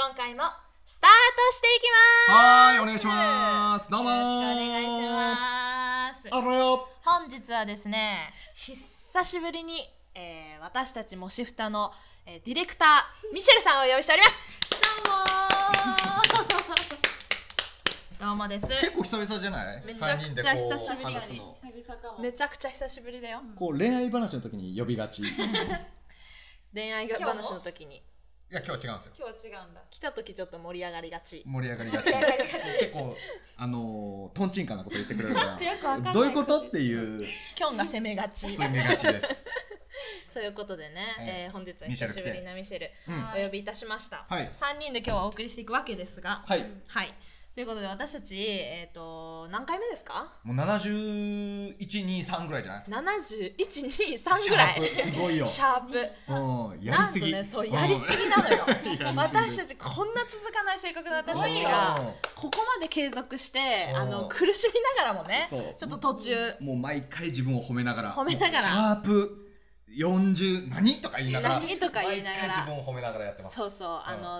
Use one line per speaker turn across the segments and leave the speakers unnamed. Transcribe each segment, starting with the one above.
今回もスタートしていきます。
はい、お願いします。どうも
よろしくお願いします。
あらよ。
本日はですね、久しぶりに、私たちモシフタの、ディレクターミシェルさんをお呼びしております。どうもです。
結構久々じゃない？
めちゃくちゃ久しぶり。めちゃくちゃ久しぶりだよ。
こう恋愛話の時に呼びがち。
恋愛話の時に。
いや、今日は違うんですよ。
今日は違うんだ。
来た時ちょっと盛り上がりがち。
盛り上がりがち。結構トンチンカンなこと言ってくれるからどういうことっていう
キョンが攻めがち。
攻めがちです。
そういうことでね、本日は久しぶりなミシェルお呼びいたしました。
はい、
3人で今日はお送りしていくわけですが、
はい、
はい、ということで私たち、何回目ですか？
もう71、2、3ぐらいじゃない？
71、2、3ぐらい。
すごいよ。
シャープ。
やりすぎ。
なんとね、そうやりすぎなのよ。私たちこんな続かない性格だったのにが、ここまで継続して、苦しみながらもね、ちょっと途中。
もう毎回自分を褒めながら。
褒めながら。
シャープ。40何とか言いながら
何とか言いながら
自分を褒めながらやってます。
そうそう、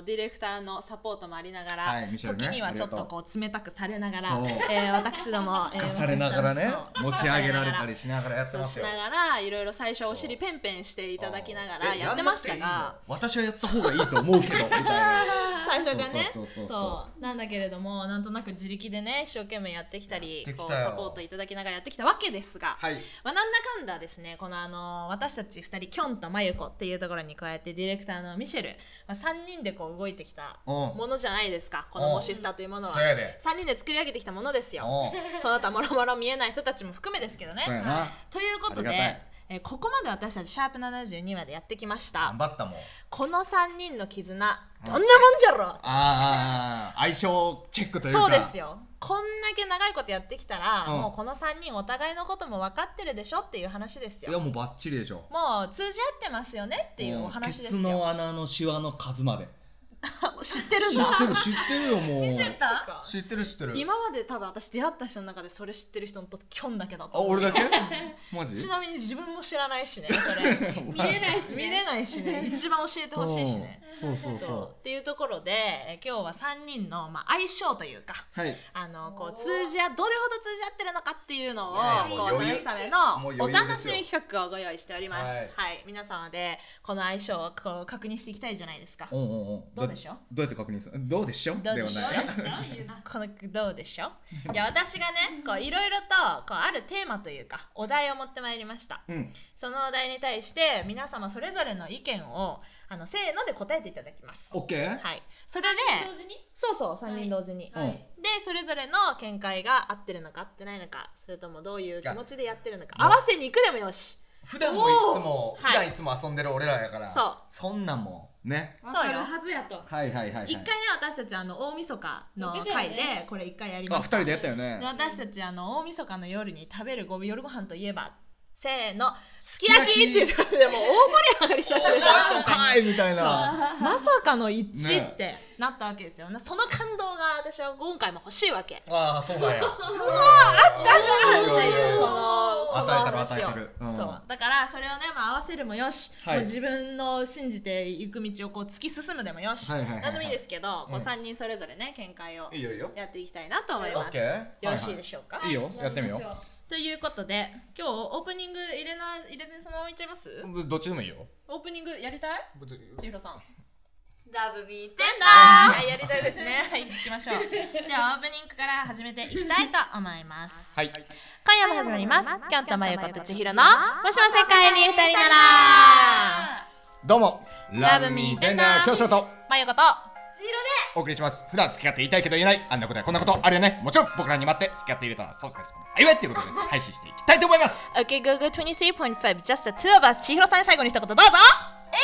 ディレクターのサポートもありながら、
はいね、
時にはちょっとこう冷たくされながら、私ども
すかされながらね、持ち上げられたりしながらやってますよ。
そうしながらいろいろ最初お尻ペンペンしていただきながらやってましたが、
私はやった方がいいと思うけどみたいな
最初がね、そうなんだけれども、なんとなく自力でね一生懸命やってきたり、こうサポートいただきながらやってきたわけですが、
はい、
なんだかんだですね、この私たち2人キョンとマユコっていうところに加えてディレクターのミシェル、3人でこう動いてきたものじゃないですか、このモシフタというものは。3人で作り上げてきたものですよ。その他もろもろ見えない人たちも含めですけどね。ということで、ここまで私たちシャープ72までやってきました。
頑張ったもん。
この3人の絆、どんなもんじゃろ。
相性チェックというか。
そうですよ。こんだけ長いことやってきたら、もうこの3人お互いのことも分かってるでしょっていう話ですよ。
いやもうバッチリでしょ。
もう通じ合ってますよねっていうお話ですよ。
ケツの穴のシワの数まで
知ってるんだ。
知ってるよもう。
見せた？
知ってる。
今まで多分私出会った人の中でそれ知ってる人のとキョンだけだった。
俺だけ？マジ？
ちなみに自分も知らないしね、それ。見れないしね。一番教えてほしいしね。そうっていうところで今日は3人の相性というか、こうどれほど通じ合ってるのかっていうのをこう試すためのお楽しみ企画をご用意しております。はい、皆様でこの相性をこう確認していきたいじゃないですか。どうでしょう？
どうやって確認する？どうでしょ？ではない。
このどうでしょう？いや私がねこういろいろとこうあるテーマというかお題を持ってまいりました。そのお題に対して皆様それぞれの意見をせーので答えていただきます。
OK？
はい。それでそう3人同時に。でそれぞれの見解が合ってるのか合ってないのか、それともどういう気持ちでやってるのか合わせに行くでもよし。
普段いつも遊んでる俺らやから、そんなもんね。
分かるはずやと。
一回ね私たち大晦日の回でこれ一回やりました。
2人でやったよね。
私たち大晦日の夜に食べる夜ご飯といえばせーのすき焼きって言ってたのでもう大盛り上がりしちゃって
みたいな、
まさかの一致ってなったわけですよ。その感動が私は今回も欲しいわけ。
そうなんや。
うわあったじゃんっていうこの話を。そうだからそれをね合わせるもよし、もう自分の信じていく道をこう突き進むでもよし、何でもいいですけど、こう3人それぞれね見解をやっていきたいなと思います。よろしいでしょうか？
いいよ、やってみよう。
ということで今日オープニング入れずにそのままいっちゃいます？
どっちでもいいよ。
オープニングやりたい？千尋さん。
ラブビーテン
ダー。はい、やりたいですね。はい、行きましょう。ではオープニングから始めていきたいと思います。
はい。
今夜も始まります。キョンとマユコと千尋のもしも世界に二人なら。
どうもラブミーテンダー教師と
マユコと
千尋で
お送りします。普段好き勝手言いたいけど言えないあんなことやこんなことあるよね。もちろん僕らに待って好き勝手入れたらそうです。幸いっていうことで配信していきたいと思います。
OK Google 23.5 Just the two of us。 千尋さんに最後に一言どうぞ。
何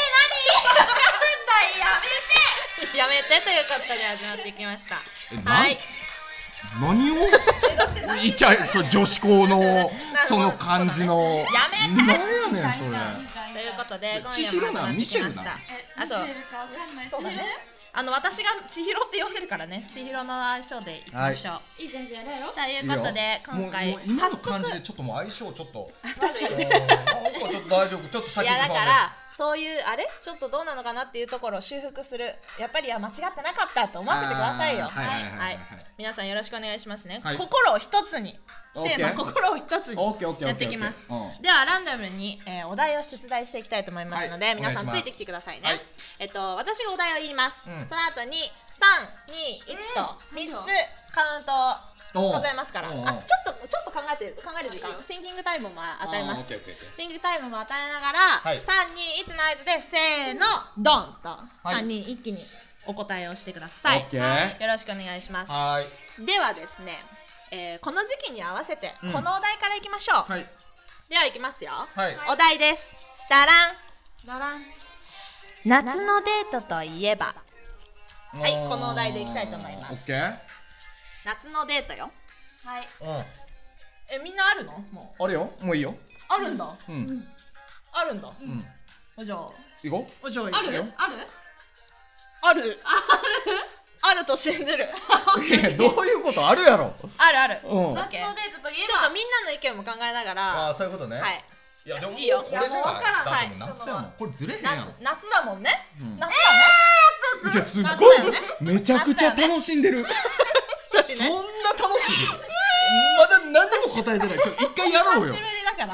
やめてということで始まっていきました。はい。
何を言っちゃう、そ女子校のその感じの
やめて。
何やねんそれ。
ということで
千尋なミシェルな。
そうだね。私が千尋って呼んでるからね、千尋の相性でいきましょう。
いい先生やろうよ。
ということで今回
今の感じでちょっともう相性ちょっと
確かに
なんかちょっと大丈夫、ちょっと先に。
いやだからそういうあれちょっとどうなのかなっていうところを修復する、やっぱり間違ってなかったと思わせてくださいよ。はい、皆さんよろしくお願いしますね。心を一つにテーマ、心を一つにやっていきます。ではランダムにお題を出題していきたいと思いますので、皆さんついてきてくださいね。私がお題を言います。その後に3、2、1と3つカウントございますから、ちょっと考える時間、シンキングタイムも与えます。シンキングタイムも与えながら、3、2、1の合図でせーのドンと3人一気にお答えをしてください。よろしくお願いします。ではですね、この時期に合わせてこのお題からいきましょう。ではいきますよ。お題です。ダラン。夏のデートといえば。はい、このお題でいきたいと思います。夏のデートよ。はい。みんなあるの？もう。
あるよ。もういいよ。
あるんだ。あるんだ。じゃあ。
行こ
う。じゃあある？あると信じる。
どういうこと？あるやろ。
ある。
夏のデートといえば。ちょっ
とみんなの意見も考えながら。
あ、そういうことね。
はい。
いやでもこれじゃない。だって夏やもん。これずれへんやん。
夏だもんね。夏だね。
いやすっごいめちゃくちゃ楽しんでる。そんな楽しい？まだ何でも答えてない。一回やろうよ。
久しぶりだから。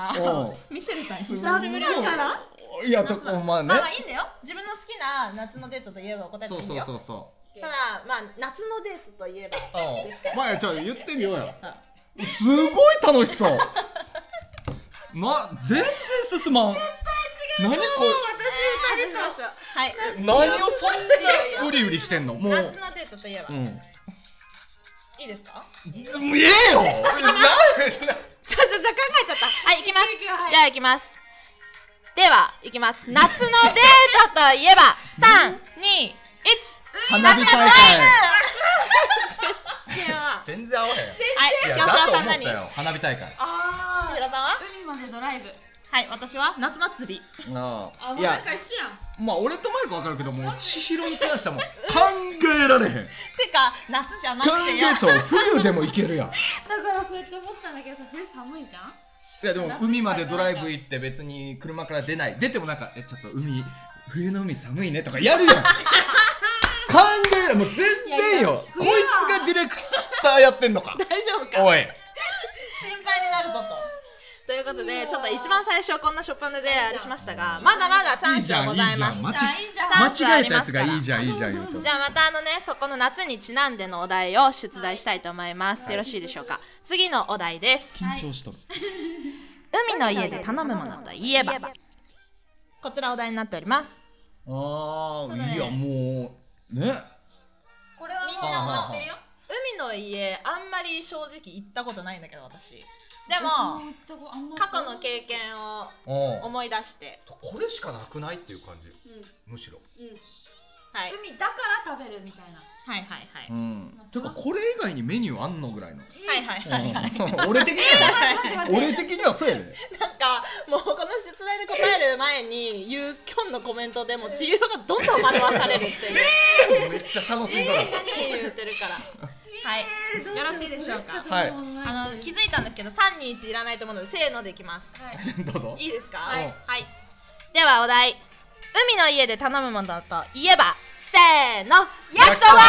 ミシェルさん久しぶりだから。
いやとまあね。
まあいいんだよ。自分の好きな夏のデートといえば答えていいんだよ。そう。ただまあ夏のデートといえば。
まあちょっと言ってみようよ。すごい楽しそう。全然進まん。何これ。はい。何をそんなウリウリしてんの？もう。夏のデートといえば。いいですか？ええよ。ちょ考えちゃった。はい、行きます。では行きます。では行きます。夏のデートといえば3、2、1。 花火大会。全然合わへん。
はい、京空さん何？
花火大会。
千浦さんは？
海までドライブ。
はい、私は夏祭り。
いや、
まあ俺とマイクわかるけども、千尋に関してはもう考えられへん。て
か夏じゃなくて
よ。そう、冬でもいけるやん。
だからそうやって思ったんだけどさ、冬寒いじゃん。
いやでも海までドライブ行って別に車から出ない。出てもなんかちょっと冬の海寒いねとかやるやん。考えらもう全然よ。こいつがディレクターやってんのか。
大丈夫か。
おい。
心配になるぞと。ということで、ちょっと一番最初こんなしょっぱなであれしましたが、まだまだチャンスはございます。
間違えたやつがいいじゃん言うと。
じゃあまたそこの夏にちなんでのお題を出題したいと思います。よろしいでしょうか。次のお題です。
緊張した。
海の家で頼むものといえば、こちらお題になっております。
いやもうね。
これはみんな思ってるよ。海の家あんまり正直行ったことないんだけど私。でも過去の経験を思い出して
これしかなくないっていう感じ、むしろ、
はい、
海だから食べるみたいな。
てかこれ以外にメニューあんのぐらいの。俺的にはそうやで。
なんかもうこの出題で答える前にゆうきょんのコメントでも千尋がどんどん惑わされるっていう。
めっちゃ楽しんだら。
何言ってるから。はい、よろしいでしょうか。
はい。
気づいたんですけど3、2、1いらないと思うのでせーのでいきます。
どうぞ。
いいですか。はい。ではお題、海の家で頼むものといえばせーの焼きそば。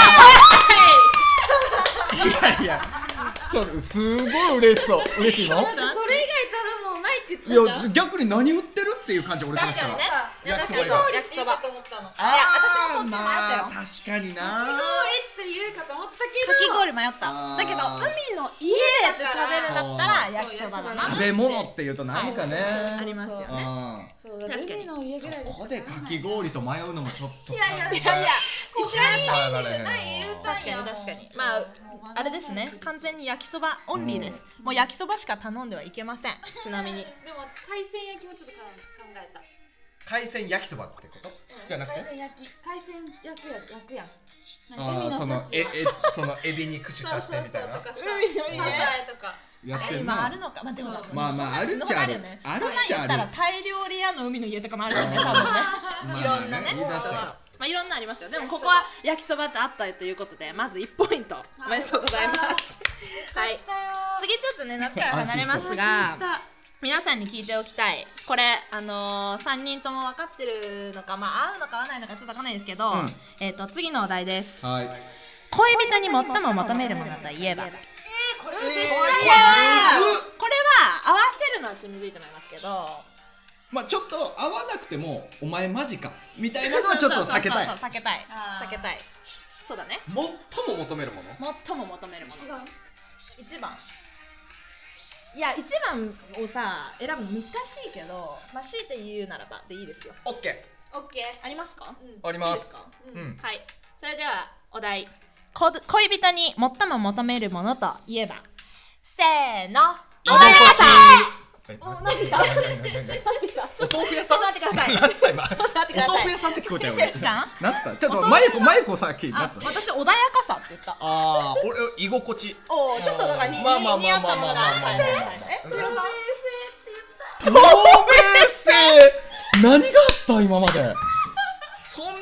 いやすごい嬉しそう。嬉しいの？
それ以外頼むものないって言ってた
じゃん。いや逆に何売ってるっていう感じ俺からしたら。
確かにね。焼きそばと思ったの。いや私もそっち迷ったよ。
確かにな。
かき氷って言うかと思ったけど。
かき氷迷った。だけど海の家で食べるんだったら焼きそばだな。
食べ物っていうと何かね。
ありますよね。
確かに。
ここでかき氷と迷うのもちょっと。
いや一緒だった。
確
かに。まああれですね。完全に焼きそばオンリーです。もう焼きそばしか頼んではいけません。ちなみに。で
も海鮮焼きもちょっと考えた。
海鮮焼きそばってこと？じゃなくて？
海鮮焼くやん。
そのエビに串刺してみたいな。
海の家とか。今あるのか。まあでも
まああるっちゃある。
そんなん言ったらタイ料理屋の海の家とかもあるしね、多分ね。いろんなね。まあいろんなありますよ。でもここは焼きそばってあったということで、まず1ポイントおめでとうございます。はい。次ちょっとね夏から離れますが、 皆さんに聞いておきたい。これ3人とも分かってるのか、合うのか合わないのかちょっと分かんないですけど、次のお題です。
はい。
恋人に最も求めるものといえば。
これは
これは合わせるのはちょっとむずいと思いますけど、
ちょっと合わなくてもお前マジかみたいなのはちょっと避けたい。
避けたい。そうだね。
最も求めるもの。
最も求めるもの。
違う。
一番。いや、一番をさ選ぶの難しいけど、強いて言うならばでいいですよ。
オッケ
オッケー。
ありますか？
ー。あります。
いいですか？
うん。
はい。それではお題。恋人に最も求めるものといえば。せーの。
居心地。
なんて言った？
お豆腐屋さん。
ちょっと待ってください。
なんつった今。
ちょっと待ってください。
お豆腐屋さんって聞こえたよ。
シェフさん？
なんつった？ちょっとマイクをさっき。なんつった？
私穏やかさって言った。
俺居心地。
おお、ちょっとだから似合ったものが。千尋さん？
透明性。何があった今まで。そんな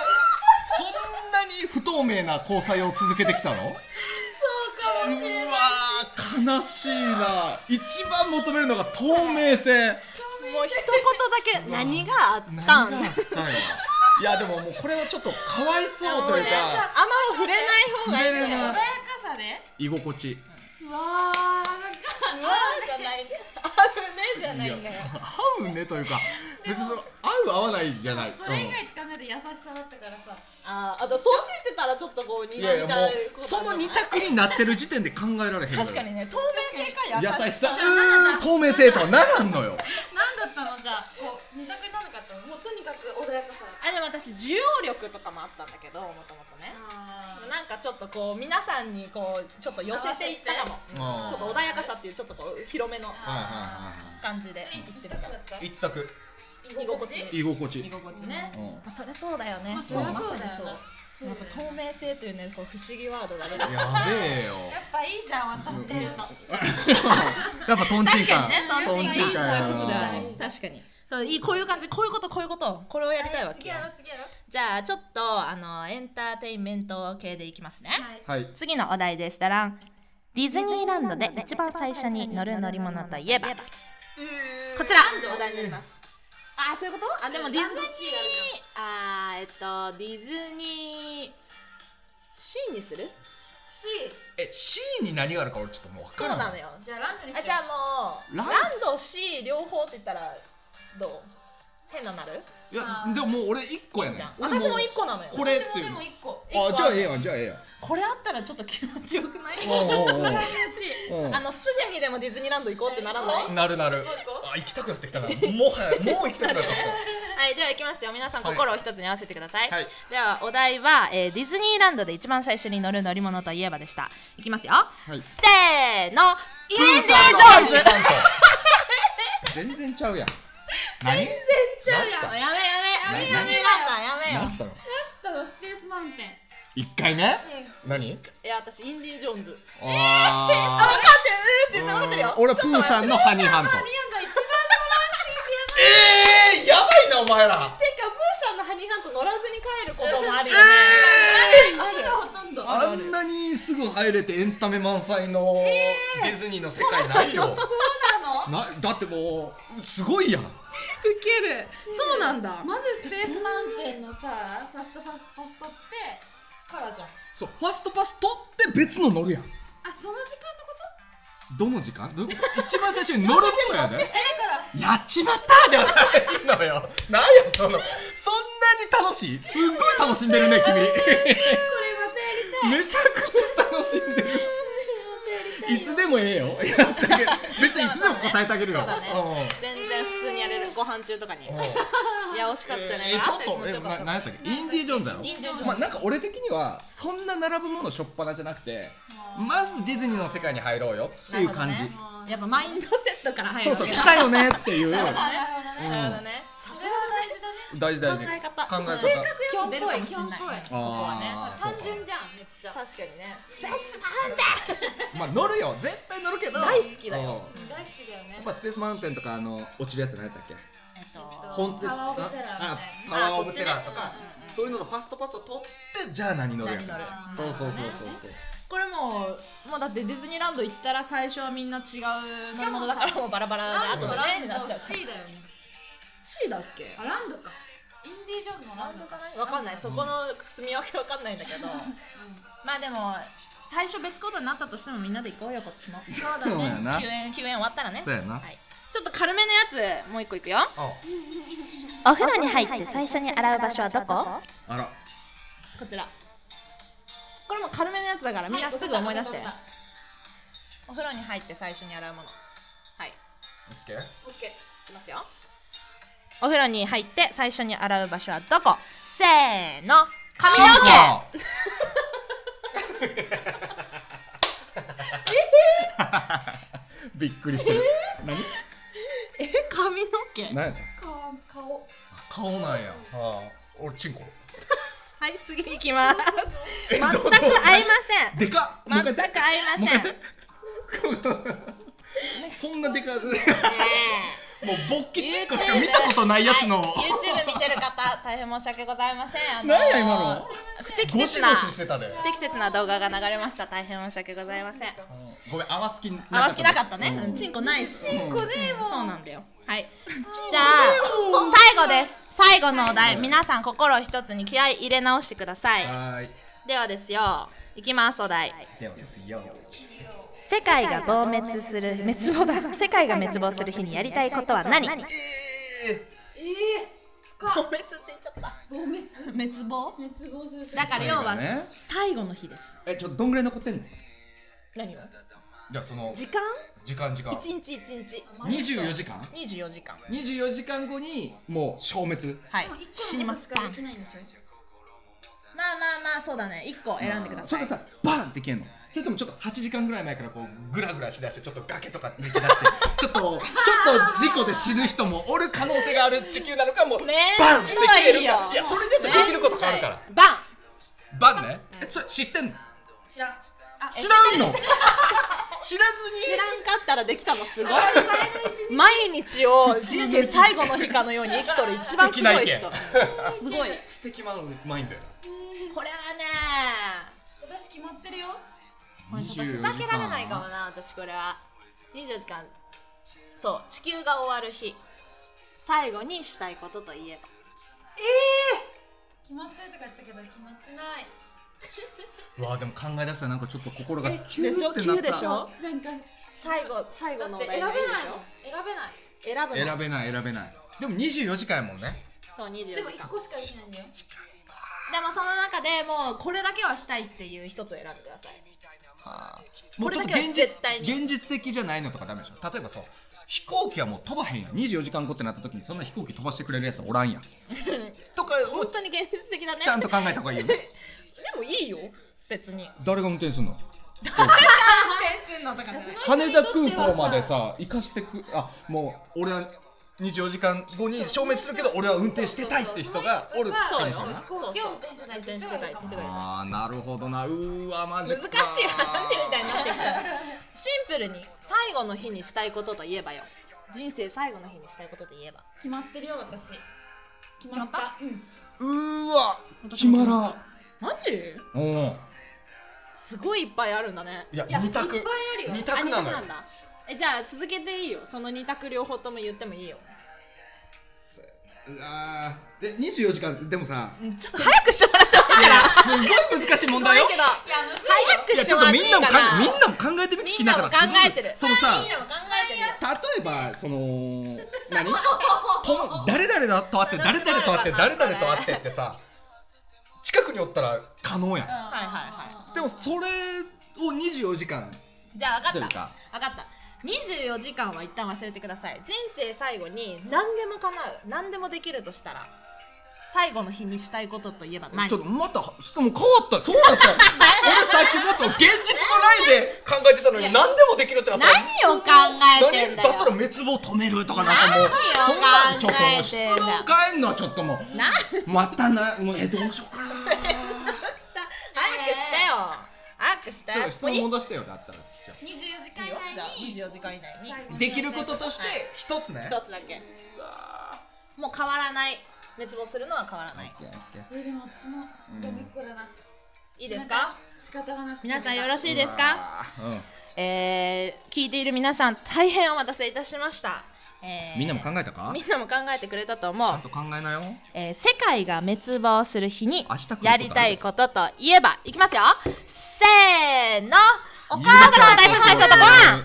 に不透明な交際を続けてきたの？
そうかもしれない。
うわー、悲しいな。一番求めるのが透明性。
もう一言だけ何があったん？
いやでももうこれはちょっとかわいそうというか、
あんま触れない方がいいんだよ。
穏やかさで。
居心地。
うわー、
じゃない。合うねじゃないんだよ。
合うねというか、別にその合う合わないじゃない。
それ以外使わないで優しさだったからさ。
あとそうついてたらちょっとこう似た。
いやいやもうその二択になってる時点で考えられへん。
確かにね、透明性か優しさ。
透明性とはならんのよ。
なんだったのじゃあ、こう二択にならなかったの？もうとにかく穏やかさ。
でも私需要力とかもあったんだけど、もともとね。なんかちょっとこう皆さんにこうちょっと寄せていったかも。ちょっと穏やかさっていうちょっとこう広めの感じで言ってみた。
一択。
居心地。
居心地。
居心地ね。それそうだよね。
そりゃそうだよな。
やっぱ透明性というね、こう不思議ワードが出てくる。
やべえよ。
やっぱいいじゃん、私出るの。
やっぱトンチンカン。
トンチンカン。
そういうことだ
よね。確かに。そういい、こういう感じ、こういうことこれをやりたいわけ。
次やろう。
じゃあちょっとエンターテインメント系でいきますね。
はい。
次のお題です。だらん。ディズニーランドで一番最初に乗る乗り物といえば。こちらお題になります。そういうこと？でもディズニーディズニーシーにする
？C に何があるか俺ちょっともう分からん。
そうなのよ。
じゃあランドにしよう。
じゃあもうランド C 両方って言ったらどう？変ななる？
いやでももう俺1個やねん。
私も1個なのよ。
これっていう。
でも1個。
じゃあええやん。
これあったらちょっと気持ちよくない？すぐにでもディズニーランド行こうってならない？
なる。行きたくなってきたな。もう行きたくなってきた。
はい、では行きますよ。皆さん心を一つに合わせてください。ではお題はディズニーランドで一番最初に乗る乗り物といえばでした。いきますよ。せーの、インディ・ジョーンズ。
全然ちゃうやん。
やめよ。
なんつったの？
スペースマウンテン。
1回目？何？
いや、私インディ・ジョーンズ。分かってる？分かってるよ。
俺プーさんのハニーハント。やばいなお前ら。
てかプーさんのハニーハント乗らずに帰ることもあるよね。
あんなにすぐ入れてエンタメ満載のディズニーの世界ないよ。
そうなの？
だってもうすごいやん。
ウケる。そうなんだ。
まずスペースマウンテンのさ、ファストってからじゃん。
そう、ファストパス取って別の乗るやん。
その時間のこと？
どの時間？一番最初に乗ることやで。
だから
やっちまったではないのよ。なんやそんなに楽しい？すっごい楽しんでるね君。
これまたやりたい。
めちゃくちゃ楽しんでる。いつでもええよ。別にいつでも答えてあげるよ。
そうだね。全然普通にやれる、ご飯中とかに。いや惜しかったね。
ちょっと何やったっけ？インディ・ジョーンズやろ。まあなんか俺的にはそんな並ぶものしょっぱなじゃなくて、まずディズニーの世界に入ろうよっていう感じ。
やっぱマインドセットから入る。
そう来たよねっていう。
なるほどね。さすが大事だね。考え方。性格よく出るかもしれない。ここはね。
単純じゃんめっちゃ。
確かにね。スペースマウンテン。
まあ乗るよ、絶対乗るけど
大好きだよ。
大好きだよね。
やっぱスペースマウンテンとか落ちるやつ何やったっけ？
パワーオブテラー。
パワーオブテラーとかそういうののファストパスを取ってじゃあ何乗るやん。そう。
これももうだってディズニーランド行ったら最初はみんな違う乗り物だからもうバラバラで後でねになっちゃう。
C だよね。
C だっけ？
あ、ランドか。インディ・ジョーンズのランドかな。
わかんない、そこの住み分けわかんないんだけどまあでも最初別行動になったとしてもみんなで行こうよ今年も。
そうだ
そうや
ね。
な。
休園終わったらね。
そうやな。
はい、ちょっと軽めのやつもう一個いくよ。
お風呂に入って最初に洗う場所はどこ？
あら。
こちら。これも軽めのやつだからみんなすぐ思い出して。お風呂に入って最初に洗うもの。はい。
オッケー。
オッケー。いきますよ。
お風呂に入って最初に洗う場所はどこ？
せーの。髪の毛。
びっくりしてる。何？
髪の毛。
何やった？
顔
なんや。俺チンコ。
はい、次行きます。全く合いません。
でかっ。
全く合いません。
そんなでかい。もう勃起チンコしか見たことないやつの。
YouTube 見てる方大変申し訳ございません。
何や今の？
不適切な
動画が流れました。大変申し訳ございません。
ごめん、合わす気
なかったね。チンコないし。
チンコねもう。
そうなんだよ。
はい。じゃあ最後です。最後のお題、皆さん心一つに気合い入れ直してください。ではですよ。いきますお題。
ではですよ。
世界が滅亡する日にやりたいことは何？
滅って言っちゃった。滅亡する。だから要は最後の日です。
ちょっとどんぐらい残ってんの？
何を？
じゃあその
時間
1
日
24時間24時間後にもう消滅。
はい、死にます。バン。まあそうだね、1個選んでください。
それがさバンって消えんの？それともちょっと8時間ぐらい前からこうグラグラしだしてちょっと崖とか抜き出してちょっと事故で死ぬ人もおる可能性がある地球なのか、もうバンって消えるか。いや、それでできること変わるから。バンね。それ知ってんの？知らんの？知ら
んかったらできたのすごい。毎日を人生最後の日かのように生きとる一番すごい人。すごい。
素敵まうまいんだよ。
これはね、
私決まってるよ。
これちょっとふざけられないかもな。私これは24時間、そう地球が終わる日、最後にしたいことといえば。
決まってるとか言ったけど決まってない。
うわ、でも考え出したらなんかちょっと心がキュ
ーってなった。でしょ？
なんか
最後のお題がいいでしょ？
選べない。でも24時間やもんね。
そう、24時間。
でも1個しかできないんだよ。
でもその中でもうこれだけはしたいっていう一つを選んでください。
もうちょっと現実的じゃないのとかダメでしょ。例えばそう、飛行機はもう飛ばへんやん。24時間後ってなった時にそんな飛行機飛ばしてくれるやつおらんやんとか、
本当に現実的だね。
ちゃんと考えた方がいいよね。
でもいいよ別に。
誰が運転すんの？
とか
羽田空港までさ行かしてく。もう俺は24時間後に消滅するけど俺は運転してたいって人がおるかもしれない。
運転してたいって人がいます。
なるほどな。マジ
難しい話みたいになってきた。シンプルに最後の日にしたいことといえばよ。人生最後の日にしたいことといえば。
決まってるよ私。決まった。
決まらん。
マジ？すごいいっぱいあるんだね。
いや、2択。
いっぱいあるよ。
2択なのよ。
じゃあ続けていいよ。その2択両方とも言ってもいいよ。
で24時間でもさ、
ちょっと早くしてもらった方がいいから。
すごい難しい問題よ。
早くしてもらっていいかな。
みんなも考えてみて。
みんなも考えてる。
そのさ、
みんなも考えてるよ。
例えばその誰々と会って誰々と会って誰々と会ってってさ、近くにおったら可能やん。でもそれを24時間。
じゃあ分かった24時間は一旦忘れてください。人生最後に何でも叶う、何でもできるとしたら最後の日にしたいことといえば何？
ちょっとまた質問変わった。そうだった。俺さっきもっと現実のラインで考えてたのに何でもできるってなったら
何を考えてんだよ。
だったら滅亡止めるとかなんかもうそんなんちょっと質問変えんのはちょっともうまたもうどうしようかな。
早くしてよ。早くして。
ちょっと質問戻してよ。だったら
24時間以内
にできることとして一つね。
一つだけ。もう変わらない。滅亡するのは変わらない。
でも私も1個だな。
いいですか？
仕方がなくて
皆さんよろしいですか？聞いている皆さん大変お待たせいたしました。
みんなも考えたか？
みんなも考えてくれたと思う。
ちゃんと考えなよ。
世界が滅亡する日にやりたいことといえば、いきますよ。せーの。お母さんと大切な人とご飯。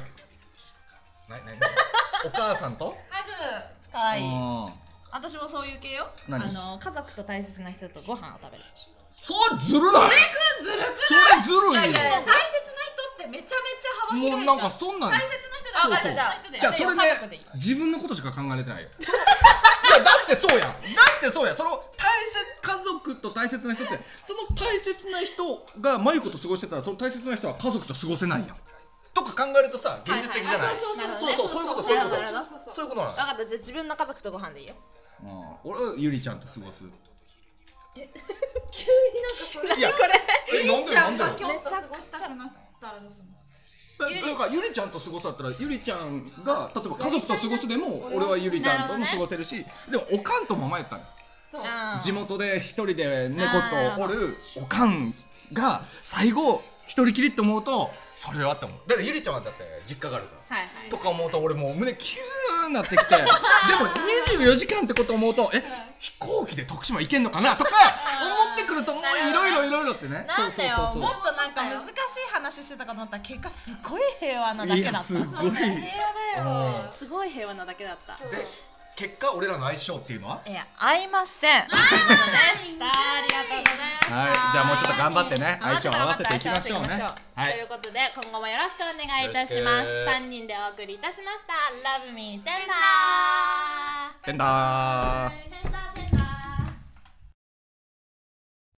お母さんと
ハグ。
かわいい。私もそういう系よ。家族と大切な人とご飯を食べる。
そうずるない。
ずるくない？
それずるいよ。
大切な人ってめちゃめちゃ幅広いじゃん。
もうなんかそんなん
大切な人だ。
じゃあそれね、自分のことしか考えれてないよ。いやだってそうやん。その家族と大切な人って、その大切な人がマユコと過ごしてたら、その大切な人は家族と過ごせないやんとか考えるとさ、現実的じゃない。そういうことなの。
分かった。じゃあ自分の家族とご飯でいいよ。
俺はゆりちゃんと過ごす。
急になんかそれ。
いやこれ
ゆりちゃんが今日と過ごしたくなったらどうするの？
なんかゆりちゃんと過ごすだったら、ゆりちゃんが例えば家族と過ごすでも俺はゆりちゃんとも過ごせるし、でもおかんとも迷ったの。地元で一人で猫とおるおかんが最後一人きりって思うと、それはって思う。だからゆりちゃんはだって実家があるからとか思うと、俺もう胸キューンなってきてでも24時間ってこと思うと、飛行機で徳島行けんのかなとか思ってくると、もういろいろってね。
なんだよ、もっとなんか難しい話してたかと思ったら、結果すごい平和なだけだった。
すごい
平和だよ。すごい平和なだけだった。
で結果俺らの相性っていうのは
合いません。ありがとうございました。
じゃあもうちょっと頑張ってね、相性を合わせていきましょうね。
ということで今後もよろしくお願いいたします。3人でお送りいたしました。Love me tender。